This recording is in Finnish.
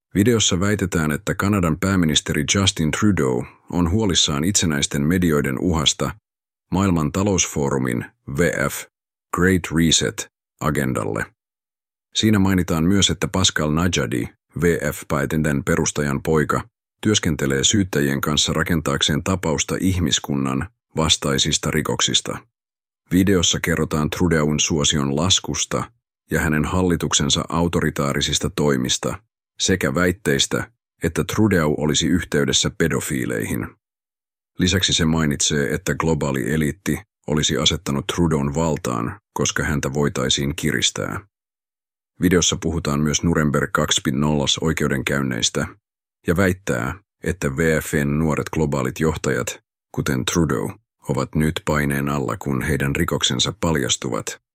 Videossa väitetään, että Kanadan pääministeri Justin Trudeau on huolissaan itsenäisten medioiden uhasta maailman talousfoorumin WF Great Reset-agendalle. Siinä mainitaan myös, että Pascal Najadi, WF-päätenten perustajan poika, työskentelee syyttäjien kanssa rakentaakseen tapausta ihmiskunnan vastaisista rikoksista. Videossa kerrotaan Trudeaun suosion laskusta ja hänen hallituksensa autoritaarisista toimista sekä väitteistä, että Trudeau olisi yhteydessä pedofiileihin. Lisäksi se mainitsee, että globaali eliitti olisi asettanut Trudeaun valtaan, koska häntä voitaisiin kiristää. Videossa puhutaan myös Nuremberg 2.0 oikeudenkäynneistä ja väittää, että WF:n nuoret globaalit johtajat, kuten Trudeau, ovat nyt paineen alla, kun heidän rikoksensa paljastuvat